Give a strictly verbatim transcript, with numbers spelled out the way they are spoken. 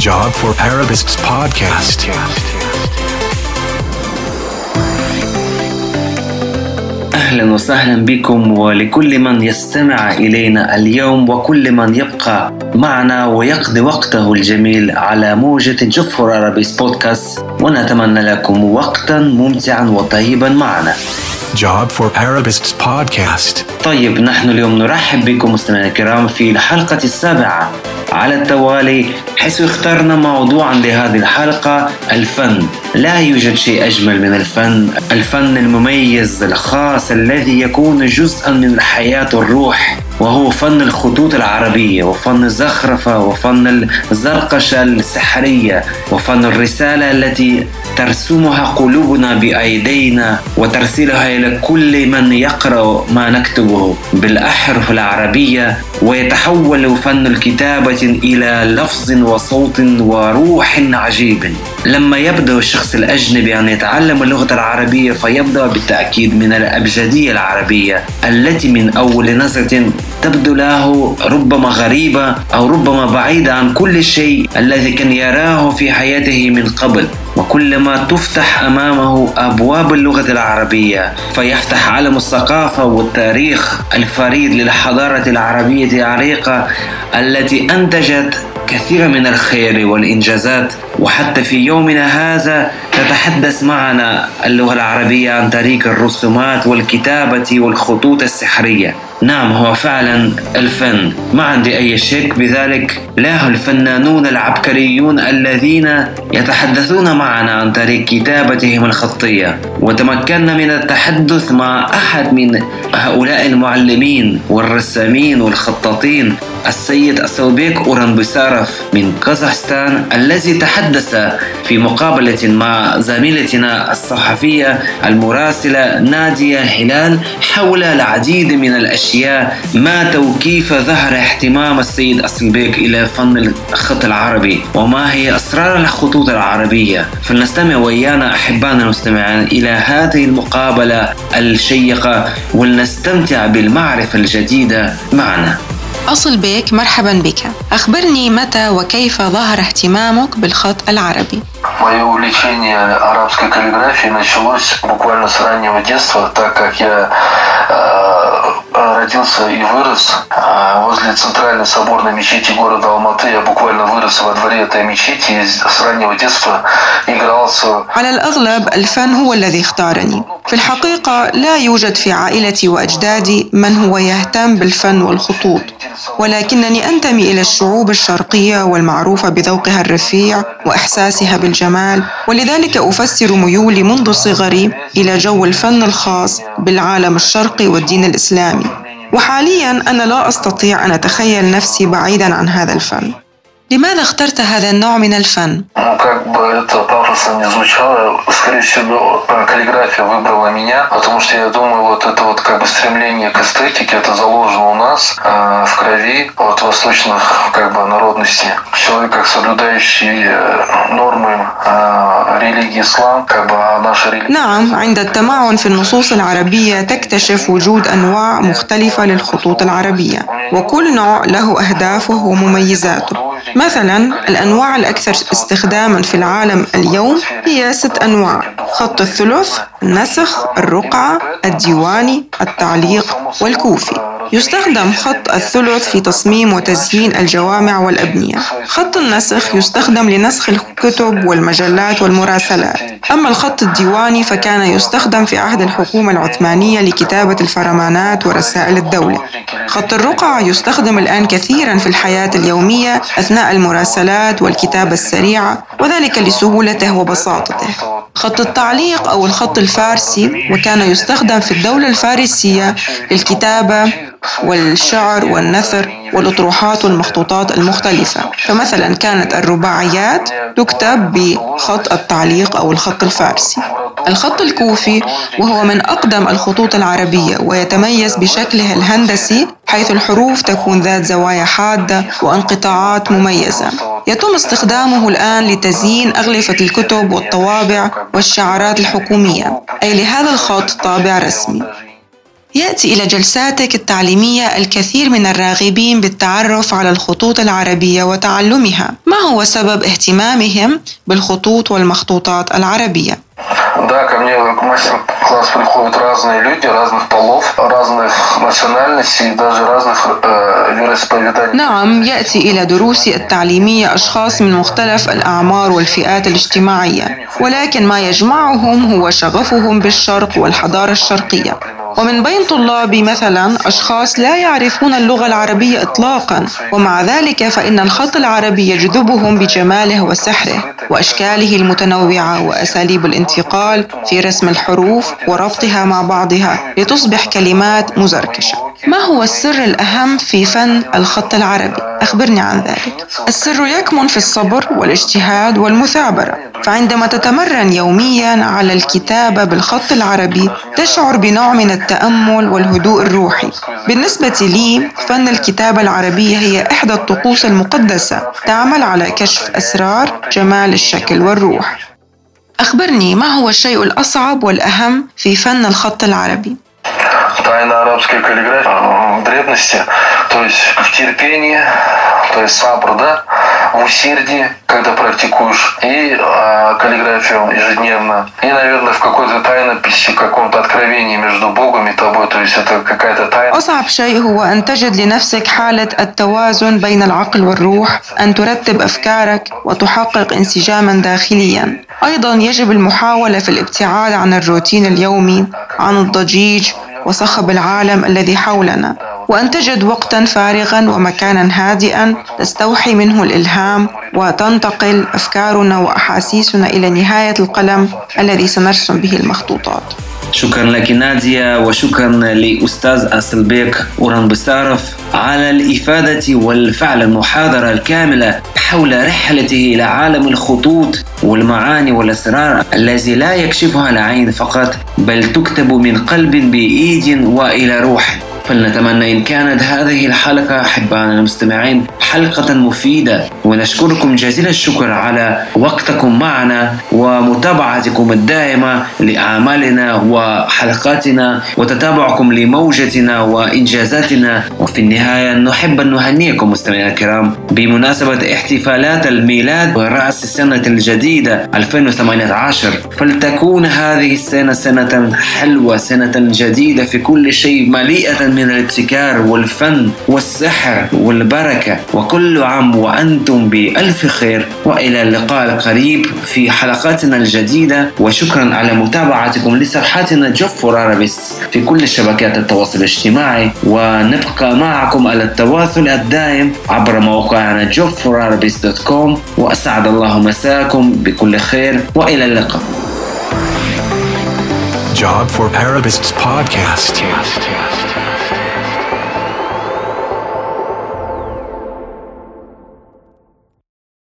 Job for Arabists podcast. أهلا وسهلا بكم ولكل من يستمع إلينا اليوم وكل من يبقى معنا ويقضي وقته الجميل على موجة Job for Arabists podcast، ونتمنى لكم وقتا ممتعا وطيبا معنا. Job for Arabists podcast. طيب، نحن اليوم نرحب بكم مستمعينا الكرام في الحلقة السابعة على التوالي، حيث اخترنا موضوعا لهذه الحلقة: الفن. لا يوجد شيء أجمل من الفن، الفن المميز الخاص الذي يكون جزءا من الحياة والروح، وهو فن الخطوط العربية وفن الزخرفة وفن الزرقشة السحرية وفن الرسالة التي ترسمها قلوبنا بأيدينا وترسلها إلى كل من يقرأ ما نكتبه بالأحرف العربية، ويتحول فن الكتابة إلى لفظ وصوت وروح عجيب. لما يبدأ الشخص الأجنبي أن يتعلم اللغة العربية فيبدأ بالتأكيد من الأبجدية العربية التي من أول نظرة تبدو له ربما غريبة أو ربما بعيدة عن كل شيء الذي كان يراه في حياته من قبل. وكلما تفتح أمامه أبواب اللغة العربية فيفتح عالم الثقافة والتاريخ الفريد للحضارة العربية العريقة التي أنتجت كثير من الخير والإنجازات. وحتى في يومنا هذا تتحدث معنا اللغة العربية عن طريق الرسومات والكتابة والخطوط السحرية. نعم، هو فعلا الفن، ما عندي أي شك بذلك. له الفنانون العبقريون الذين يتحدثون معنا عن طريق كتابتهم الخطية، وتمكنا من التحدث مع أحد من هؤلاء المعلمين والرسامين والخطاطين، السيد أسوبيك أورانبيسارف من كازاخستان، الذي تحدث في مقابلة مع زميلتنا الصحفية المراسلة نادية هلال حول العديد من الأشياء، مات وكيف ظهر اهتمام السيد أسوبيك إلى فن الخط العربي وما هي أسرار الخطوط العربية. فلنستمع ويانا أحبائنا المستمعين إلى هذه المقابلة الشيقة ولنستمتع بالمعرفة الجديدة معنا. أصلبيك، مرحبا بك. أخبرني متى وكيف ظهر اهتمامك بالخط العربي؟ Мое увлечение арабской каллиграфией началось буквально с раннего детства, так как я э, родился и вырос э, возле центральной соборной мечети города Алматы. Я буквально вырос во дворе этой мечети и с раннего детства играл с... على الأغلب الفن هو الذي اختارني. في الحقيقة لا يوجد في عائلتي وأجدادي من هو يهتم بالفن والخطوط، ولكنني أنتمي إلى الشعوب الشرقية والمعروفة بذوقها الرفيع وإحساسها بالجمال، ولذلك أفسر ميولي منذ صغري إلى جو الفن الخاص بالعالم الشرقي والدين الإسلامي. وحالياً أنا لا أستطيع أن أتخيل نفسي بعيداً عن هذا الفن. لماذا اخترت هذا النوع من الفن؟ Ну, как бы это пафосно не звучало, скорее всего, каллиграфия выбрала меня, потому что я думаю, вот это вот как бы стремление к эстетике, это заложено у нас э, в крови от восточных как бы народностей. Человек, как соблюдающий э, нормы э, религии ислам, как бы наша религия. نعم، عند التمعن في النصوص العربية تكتشف وجود أنواع مختلفة للخطوط العربية، وكل نوع له أهدافه ومميزاته. مثلاً الأنواع الأكثر استخداماً في العالم اليوم هي ست أنواع: خط الثلث، النسخ، الرقعة، الديواني، التعليق، والكوفي. يستخدم خط الثلث في تصميم وتزيين الجوامع والأبنية. خط النسخ يستخدم لنسخ الكتب والمجلات والمراسلات. أما الخط الديواني فكان يستخدم في عهد الحكومة العثمانية لكتابة الفرمانات ورسائل الدولة. خط الرقعة يستخدم الآن كثيراً في الحياة اليومية أثناء المراسلات والكتابة السريعة، وذلك لسهولته وبساطته. خط التعليق أو الخط الفارسي وكان يستخدم في الدولة الفارسية للكتابة والشعر والنثر والأطروحات والمخطوطات المختلفة. فمثلا كانت الرباعيات تكتب بخط التعليق أو الخط الفارسي. الخط الكوفي وهو من أقدم الخطوط العربية ويتميز بشكله الهندسي، حيث الحروف تكون ذات زوايا حادة وانقطاعات مميزة. يتم استخدامه الآن لتزيين أغلفة الكتب والطوابع والشعارات الحكومية، أي لهذا الخط طابع رسمي. يأتي إلى جلساتك التعليمية الكثير من الراغبين بالتعرف على الخطوط العربية وتعلمها. ما هو سبب اهتمامهم بالخطوط والمخطوطات العربية؟ Да, ко мне в мастер-класс приходят разные люди, разных полов, разных национальностей и даже разных э, вероисповеданий. نعم، يأتي إلى دروسي التعليمية أشخاص من مختلف الأعمار والفئات الاجتماعية، ولكن ما يجمعهم هو شغفهم بالشرق والحضارة الشرقية. ومن بين طلابي مثلا أشخاص لا يعرفون اللغة العربية إطلاقا، ومع ذلك فإن الخط العربي يجذبهم بجماله وسحره وأشكاله المتنوعة وأساليب الانتقال في رسم الحروف وربطها مع بعضها لتصبح كلمات مزركشة. ما هو السر الأهم في فن الخط العربي؟ أخبرني عن ذلك. السر يكمن في الصبر والاجتهاد والمثابرة، فعندما تتمرن يوميا على الكتابة بالخط العربي تشعر بنوع من التأمل والهدوء الروحي. بالنسبة لي فن الكتابة العربية هي إحدى الطقوس المقدسة، تعمل على كشف أسرار جمال الشكل والروح. أخبرني، ما هو الشيء الأصعب والأهم في فن الخط العربي؟ Тайна арабской каллиграфии в древности, то есть в терпении, то есть сабр, да, в усердии, когда практикуешь, и а, каллиграфию ежедневно, и, наверное, в какой-то тайнописи, в каком-то откровении между Богом и тобой, то есть это какая-то тайна. أصعب شيء هو أن تجد لنفسك حالة التوازن بين العقل والروح، أن ترتب أفكارك وتحقق انسجاما داخليا. أيضا يجب المحاولة في الابتعاد عن الروتين اليومي، عن الضجيج وصخب العالم الذي حولنا، وأن تجد وقتاً فارغاً ومكاناً هادئاً تستوحي منه الإلهام وتنتقل أفكارنا وأحاسيسنا إلى نهاية القلم الذي سنرسم به المخطوطات. شكرا لك نادية، وشكرا لأستاذ أصلبيك أوران بسارف على الإفادة والفعل المحاضرة الكاملة حول رحلته إلى عالم الخطوط والمعاني والأسرار الذي لا يكشفها العين فقط، بل تكتب من قلب بإيد وإلى روح. فلنتمنى إن كانت هذه الحلقة أحبائنا المستمعين حلقة مفيدة، ونشكركم جزيل الشكر على وقتكم معنا ومتابعتكم الدائمة لأعمالنا وحلقاتنا وتتابعكم لموجتنا وإنجازاتنا. وفي النهاية نحب أن نهنئكم مستمعينا الكرام بمناسبة احتفالات الميلاد ورأس السنة الجديدة ألفين وثمانية عشر، فلتكون هذه السنة سنة حلوة، سنة جديدة في كل شيء، مليئة من الابتكار والفن والسحر والبركة. وكل عام وأنتم بألف خير، وإلى اللقاء القريب في حلقاتنا الجديدة. وشكرا على متابعتكم لصفحاتنا جوب فور عربيست في كل شبكات التواصل الاجتماعي، ونبقى معكم على التواصل الدائم عبر موقعنا جوب فور عربيست دوت كوم. وأسعد الله مساكم بكل خير، وإلى اللقاء. Job for Arabists podcast.